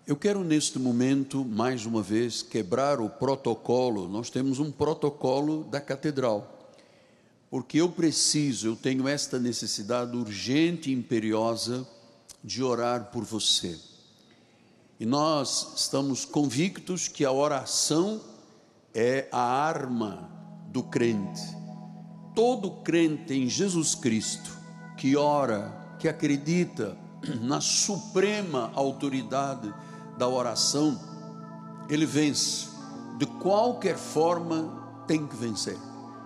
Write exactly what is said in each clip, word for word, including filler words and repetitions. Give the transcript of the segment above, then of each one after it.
Eu quero neste momento, mais uma vez, quebrar o protocolo. Nós temos um protocolo da catedral, porque eu preciso, eu tenho esta necessidade urgente e imperiosa de orar por você. E nós estamos convictos que a oração é a arma do crente. Todo crente em Jesus Cristo que ora, que acredita na suprema autoridade da oração, ele vence. De qualquer forma tem que vencer.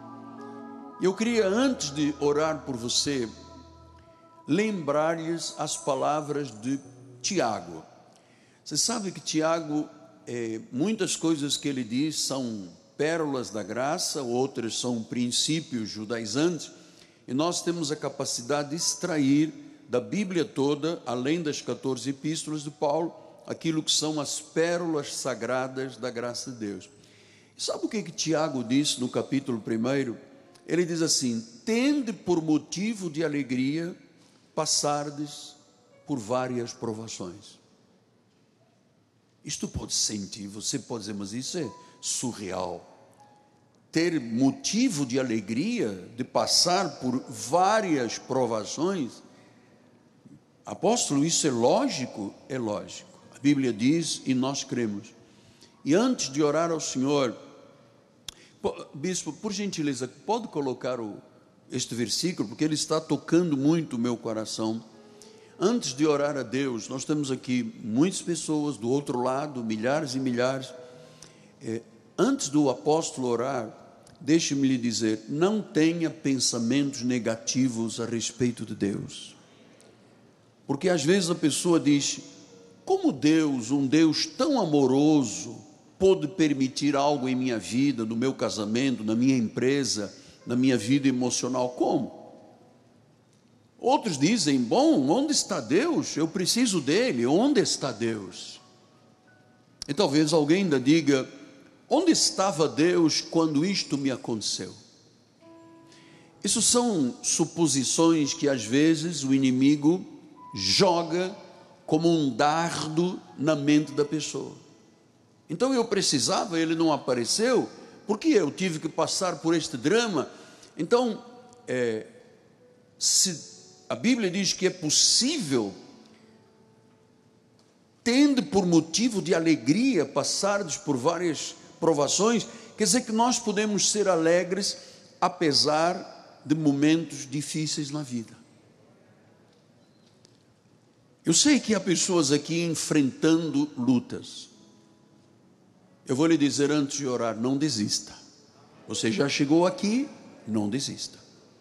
Eu queria, antes de orar por você, lembrar-lhes as palavras de Tiago. Você sabe que Tiago, é, muitas coisas que ele diz são pérolas da graça, outras são princípios judaizantes, e nós temos a capacidade de extrair da Bíblia toda, além das quatorze epístolas de Paulo, aquilo que são as pérolas sagradas da graça de Deus. E sabe o que, que Tiago disse no capítulo primeiro? Ele diz assim: tende por motivo de alegria passardes por várias provações. Isto pode sentir, você pode dizer, mas isso é surreal. Ter motivo de alegria, de passar por várias provações, apóstolo, isso é lógico? É lógico. A Bíblia diz e nós cremos. E antes de orar ao Senhor, bispo, por gentileza, pode colocar o, este versículo, porque ele está tocando muito o meu coração. Antes de orar a Deus, nós temos aqui muitas pessoas do outro lado, milhares e milhares. É, antes do apóstolo orar, deixe-me lhe dizer, não tenha pensamentos negativos a respeito de Deus. Porque às vezes a pessoa diz: como Deus, um Deus tão amoroso, pôde permitir algo em minha vida, no meu casamento, na minha empresa, na minha vida emocional? Como? Outros dizem: bom, onde está Deus? Eu preciso dele, onde está Deus? E talvez alguém ainda diga: onde estava Deus quando isto me aconteceu? Isso são suposições que às vezes o inimigo joga como um dardo na mente da pessoa. Então eu precisava, ele não apareceu, porque eu tive que passar por este drama. Então, é, se a Bíblia diz que é possível, tendo por motivo de alegria passardes por várias provações, quer dizer que nós podemos ser alegres apesar de momentos difíceis na vida. Eu sei que há pessoas aqui enfrentando lutas. Eu vou lhe dizer antes de orar: não desista. Você já chegou aqui, não desista.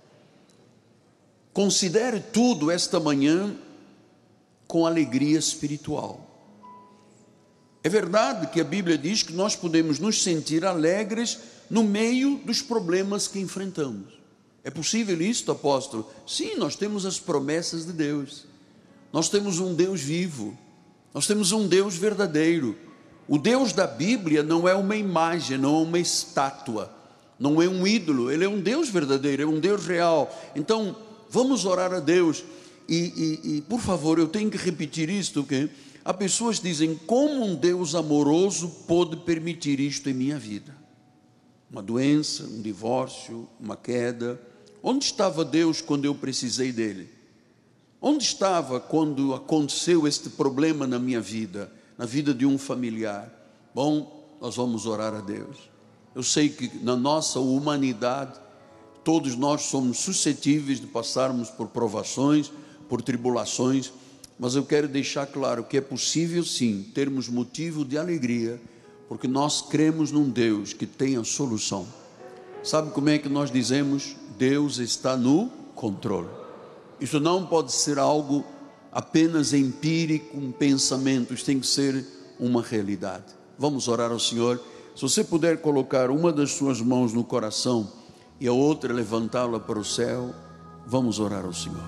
Considere tudo esta manhã com alegria espiritual. É verdade que a Bíblia diz que nós podemos nos sentir alegres no meio dos problemas que enfrentamos. É possível isso, apóstolo? Sim, nós temos as promessas de Deus. Nós temos um Deus vivo, nós temos um Deus verdadeiro. O Deus da Bíblia não é uma imagem, não é uma estátua, não é um ídolo, ele é um Deus verdadeiro, é um Deus real. Então, vamos orar a Deus. E, e, e por favor, eu tenho que repetir isto, que há pessoas que dizem: como um Deus amoroso pôde permitir isto em minha vida? Uma doença, um divórcio, uma queda. Onde estava Deus quando eu precisei dele? Onde estava quando aconteceu este problema na minha vida, na vida de um familiar? Bom, nós vamos orar a Deus. Eu sei que na nossa humanidade, todos nós somos suscetíveis de passarmos por provações, por tribulações, mas eu quero deixar claro que é possível sim termos motivo de alegria, porque nós cremos num Deus que tem a solução. Sabe como é que nós dizemos? Deus está no controle. Isso não pode ser algo apenas empírico, um pensamento, isso tem que ser uma realidade. Vamos orar ao Senhor. Se você puder colocar uma das suas mãos no coração e a outra levantá-la para o céu, vamos orar ao Senhor.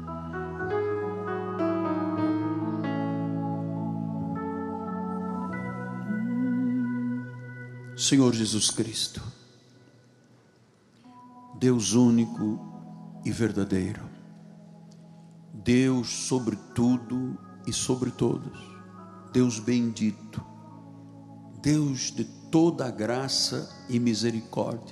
Senhor Jesus Cristo, Deus único e verdadeiro, Deus sobre tudo e sobre todos, Deus bendito, Deus de toda a graça e misericórdia.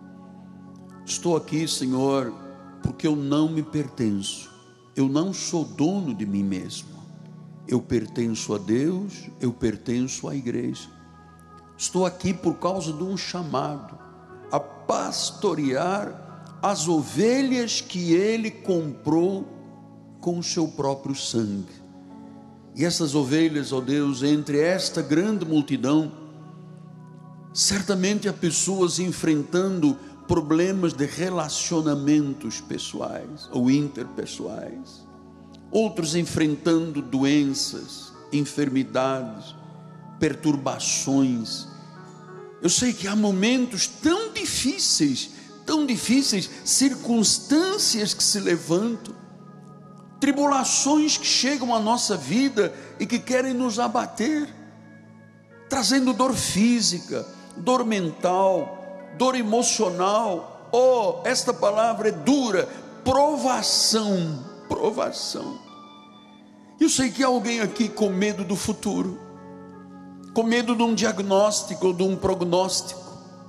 Estou aqui, Senhor, porque eu não me pertenço, eu não sou dono de mim mesmo, eu pertenço a Deus, eu pertenço à igreja. Estou aqui por causa de um chamado a pastorear as ovelhas que Ele comprou com o seu próprio sangue. E essas ovelhas, ó Deus, entre esta grande multidão, certamente há pessoas enfrentando problemas de relacionamentos pessoais ou interpessoais, outros enfrentando doenças, enfermidades, perturbações. Eu sei que há momentos tão difíceis, tão difíceis, circunstâncias que se levantam, tribulações que chegam à nossa vida e que querem nos abater, trazendo dor física, dor mental, dor emocional. Oh, esta palavra é dura, provação, provação. Eu sei que há alguém aqui com medo do futuro, com medo de um diagnóstico ou de um prognóstico,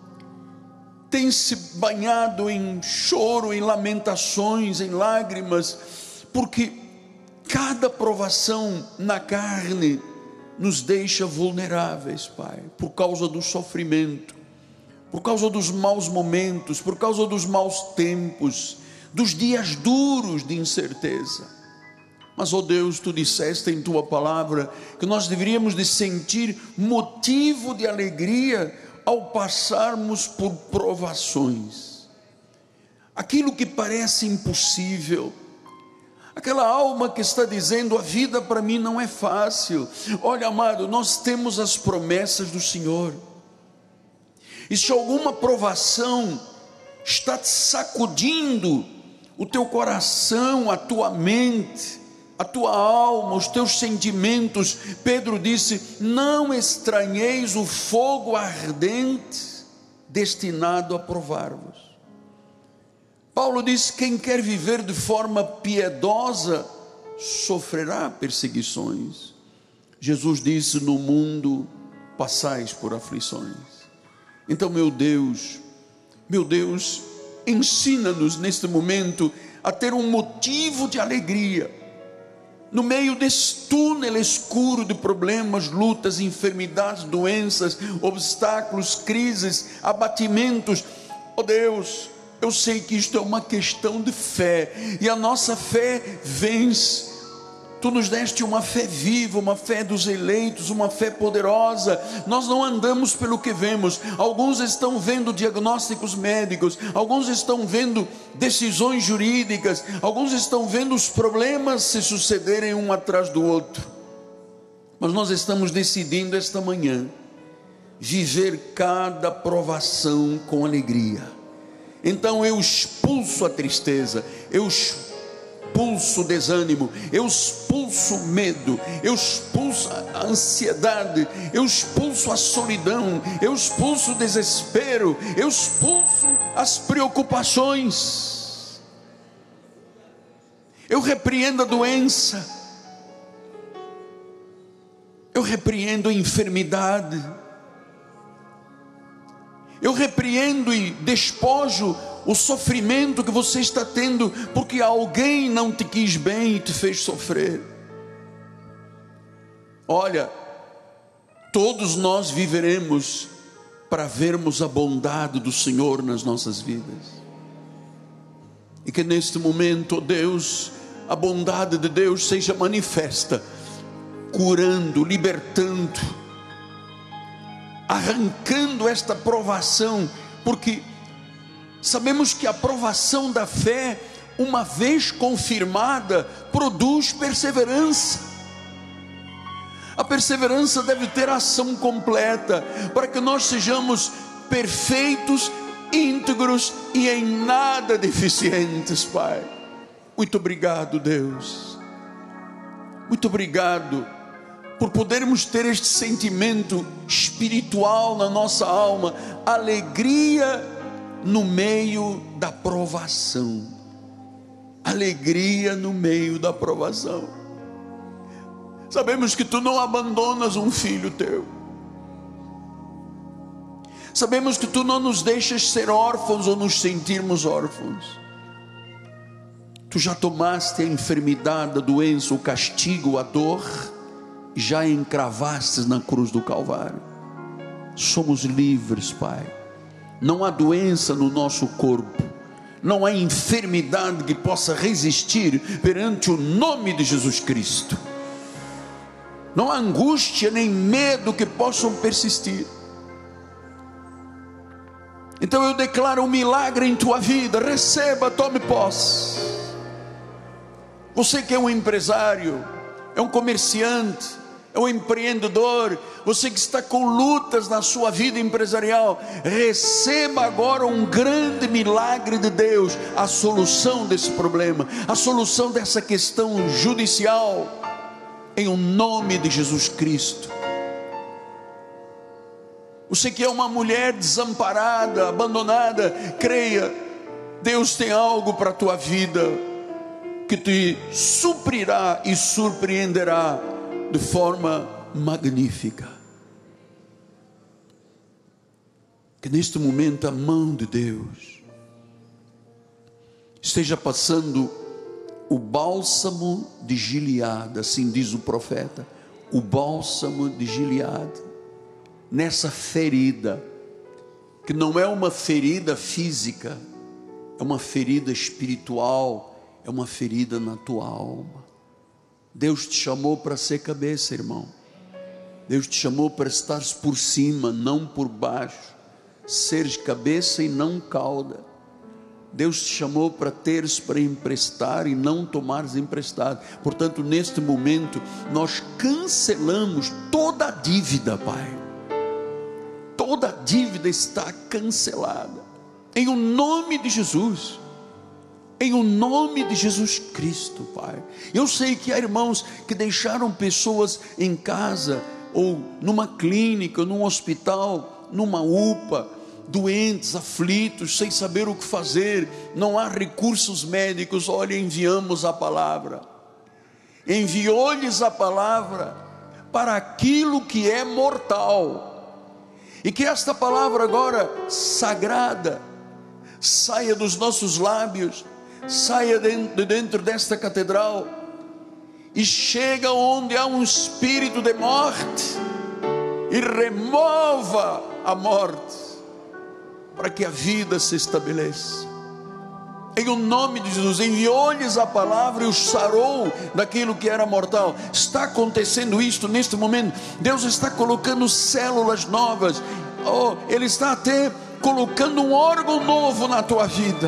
tem se banhado em choro, em lamentações, em lágrimas, porque cada provação na carne nos deixa vulneráveis, Pai, por causa do sofrimento, por causa dos maus momentos, por causa dos maus tempos, dos dias duros de incerteza. Mas, ó Deus, Tu disseste em Tua palavra que nós deveríamos de sentir motivo de alegria ao passarmos por provações. Aquilo que parece impossível, aquela alma que está dizendo: a vida para mim não é fácil. Olha, amado, nós temos as promessas do Senhor. E se alguma provação está te sacudindo o teu coração, a tua mente, a tua alma, os teus sentimentos, Pedro disse: não estranheis o fogo ardente destinado a provar-vos. Paulo disse: quem quer viver de forma piedosa sofrerá perseguições. Jesus disse: no mundo passais por aflições. Então, meu Deus, meu Deus, ensina-nos neste momento a ter um motivo de alegria no meio desse túnel escuro de problemas, lutas, enfermidades, doenças, obstáculos, crises, abatimentos. Oh Deus, eu sei que isto é uma questão de fé, e a nossa fé vence. Tu nos deste uma fé viva, uma fé dos eleitos, uma fé poderosa. Nós não andamos pelo que vemos. Alguns estão vendo diagnósticos médicos, alguns estão vendo decisões jurídicas, alguns estão vendo os problemas se sucederem um atrás do outro. Mas nós estamos decidindo esta manhã viver cada provação com alegria. Então eu expulso a tristeza, eu expulso o desânimo, eu expulso o medo, eu expulso a ansiedade, eu expulso a solidão, eu expulso o desespero, eu expulso as preocupações, eu repreendo a doença, eu repreendo a enfermidade, eu repreendo e despojo o sofrimento que você está tendo, porque alguém não te quis bem e te fez sofrer. Olha, todos nós viveremos para vermos a bondade do Senhor nas nossas vidas, e que neste momento, ó Deus, a bondade de Deus seja manifesta, curando, libertando, arrancando esta provação, porque sabemos que a provação da fé, uma vez confirmada, produz perseverança. A perseverança deve ter ação completa, para que nós sejamos perfeitos, íntegros e em nada deficientes, Pai. Muito obrigado, Deus. Muito obrigado por podermos ter este sentimento espiritual na nossa alma, alegria no meio da provação, alegria no meio da provação. Sabemos que tu não abandonas um filho teu. Sabemos que tu não nos deixas ser órfãos ou nos sentirmos órfãos. Tu já tomaste a enfermidade, a doença, o castigo, a dor, e já encravastes na cruz do Calvário. Somos livres, Pai. Não há doença no nosso corpo, não há enfermidade que possa resistir perante o nome de Jesus Cristo. Não há angústia nem medo que possam persistir. Então eu declaro um milagre em tua vida. Receba, tome posse. Você que é um empresário, é um comerciante, é um empreendedor, você que está com lutas na sua vida empresarial, receba agora um grande milagre de Deus, a solução desse problema, a solução dessa questão judicial, em o nome de Jesus Cristo. Você que é uma mulher desamparada, abandonada, creia, Deus tem algo para a tua vida, que te suprirá e surpreenderá de forma magnífica. Que neste momento a mão de Deus esteja passando o bálsamo de Gileade, assim diz o profeta, o bálsamo de Gileade, nessa ferida, que não é uma ferida física, é uma ferida espiritual, é uma ferida na tua alma. Deus te chamou para ser cabeça, irmão. Deus te chamou para estares por cima, não por baixo, seres cabeça e não cauda. Deus te chamou para teres para emprestar e não tomares emprestado. Portanto, neste momento, nós cancelamos toda a dívida, Pai. Toda a dívida está cancelada, em o nome de Jesus. Em o nome de Jesus Cristo, Pai. Eu sei que há irmãos que deixaram pessoas em casa, ou numa clínica, num hospital, numa U P A, doentes, aflitos, sem saber o que fazer, não há recursos médicos. Olha, enviamos a palavra, enviou-lhes a palavra para aquilo que é mortal, e que esta palavra agora sagrada saia dos nossos lábios, saia de dentro desta catedral e chega onde há um espírito de morte e remova a morte, para que a vida se estabeleça. Em o nome de Jesus, enviou-lhes a palavra e os sarou daquilo que era mortal. Está acontecendo isto neste momento. Deus está colocando células novas. Oh, Ele está até colocando um órgão novo na tua vida,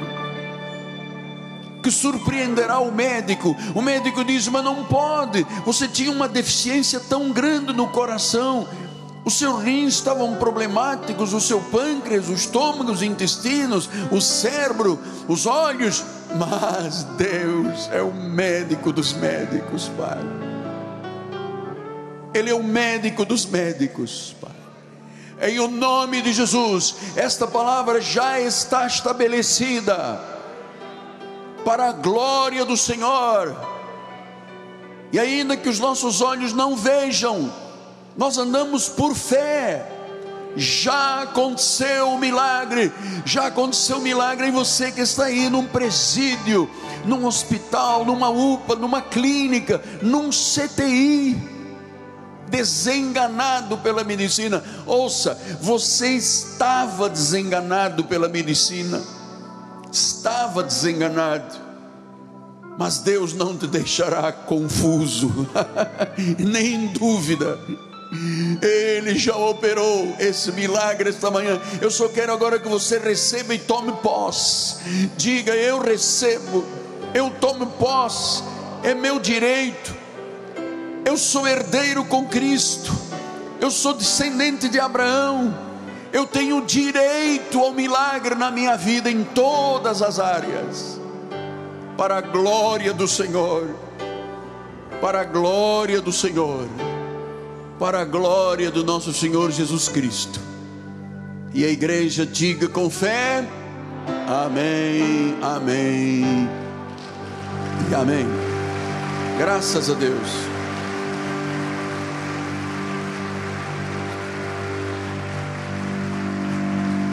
que surpreenderá o médico. O médico diz: mas não pode, você tinha uma deficiência tão grande no coração, os seus rins estavam problemáticos, o seu pâncreas, o estômago, os intestinos, o cérebro, os olhos. Mas Deus é o médico dos médicos, Pai. Ele é o médico dos médicos, Pai. Em o nome de Jesus, esta palavra já está estabelecida para a glória do Senhor. E ainda que os nossos olhos não vejam, nós andamos por fé. Já aconteceu o milagre, já aconteceu o milagre em você que está aí num presídio, num hospital, numa U P A, numa clínica, num C T I, desenganado pela medicina. Ouça, você estava desenganado pela medicina, estava desenganado, mas Deus não te deixará confuso, nem em dúvida. Ele já operou esse milagre esta manhã. Eu só quero agora que você receba e tome posse. Diga: eu recebo, eu tomo posse, é meu direito. Eu sou herdeiro com Cristo, eu sou descendente de Abraão, eu tenho direito ao milagre na minha vida em todas as áreas, para a glória do Senhor, para a glória do Senhor, para a glória do nosso Senhor Jesus Cristo. E a igreja diga com fé: amém, amém e amém. Graças a Deus.